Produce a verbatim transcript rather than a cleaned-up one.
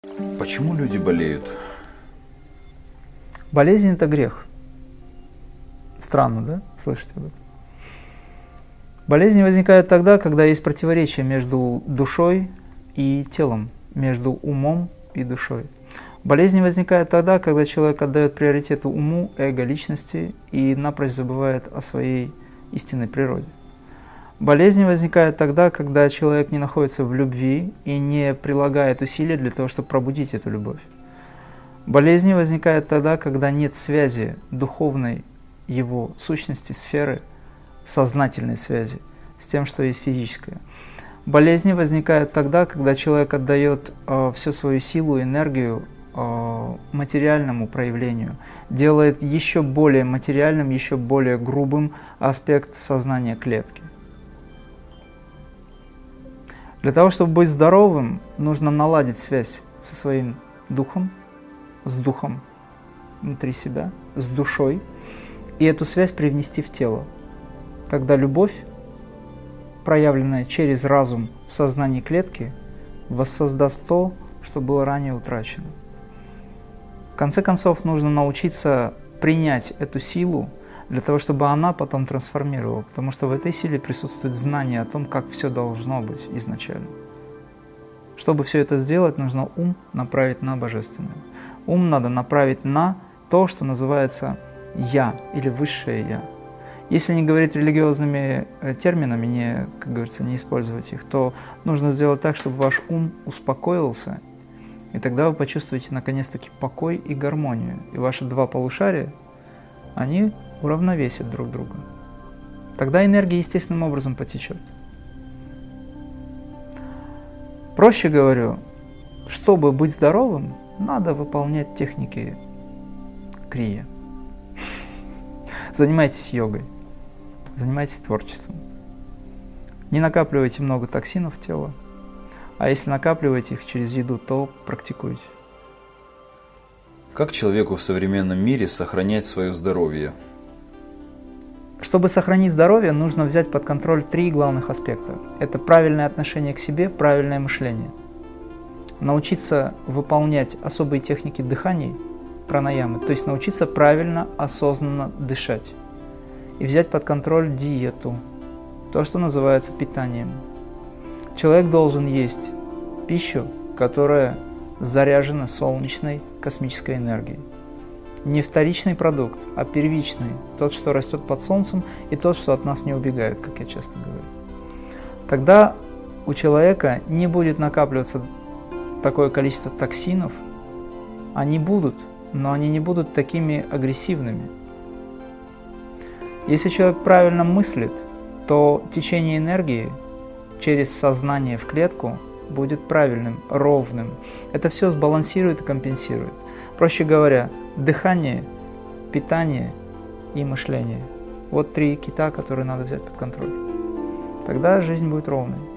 Почему люди болеют? Болезнь – это грех. Странно, да, слышать об этом? Болезни возникают тогда, когда есть противоречие между душой и телом, между умом и душой. Болезни возникают тогда, когда человек отдает приоритет уму, эго, личности и напрочь забывает о своей истинной природе. Болезни возникают тогда, когда человек не находится в любви и не прилагает усилий для того, чтобы пробудить эту любовь. Болезни возникают тогда, когда нет связи духовной его сущности, сферы, сознательной связи с тем, что есть физическое. Болезни возникают тогда, когда человек отдает э, всю свою силу, энергию э, материальному проявлению, делает еще более материальным, еще более грубым аспект сознания клетки. Для того, чтобы быть здоровым, нужно наладить связь со своим духом, с духом внутри себя, с душой, и эту связь привнести в тело. Тогда любовь, проявленная через разум в сознании клетки, воссоздаст то, что было ранее утрачено. В конце концов, нужно научиться принять эту силу, для того, чтобы она потом трансформировала, потому что в этой силе присутствует знание о том, как все должно быть изначально. Чтобы все это сделать, нужно ум направить на Божественное. Ум надо направить на то, что называется «я» или «высшее я». Если не говорить религиозными терминами, не, как говорится, не использовать их, то нужно сделать так, чтобы ваш ум успокоился, и тогда вы почувствуете наконец-таки покой и гармонию. И ваши два полушария, они уравновесят друг друга. Тогда энергия естественным образом потечет. Проще говорю, чтобы быть здоровым, надо выполнять техники крия. Занимайтесь йогой, занимайтесь творчеством. Не накапливайте много токсинов в тело, а если накапливаете их через еду, то практикуйте. Как человеку в современном мире сохранять свое здоровье? Чтобы сохранить здоровье, нужно взять под контроль три главных аспекта. Это правильное отношение к себе, правильное мышление. Научиться выполнять особые техники дыхания, пранаямы, то есть научиться правильно, осознанно дышать. И взять под контроль диету, то, что называется питанием. Человек должен есть пищу, которая заряжена солнечной космической энергией. Не вторичный продукт, а первичный, тот, что растет под солнцем, и тот, что от нас не убегает, как я часто говорю. Тогда у человека не будет накапливаться такое количество токсинов. Они будут, но они не будут такими агрессивными. Если человек правильно мыслит, то течение энергии через сознание в клетку будет правильным, ровным. Это все сбалансирует и компенсирует. Проще говоря, дыхание, питание и мышление. Вот три кита, которые надо взять под контроль. Тогда жизнь будет ровной.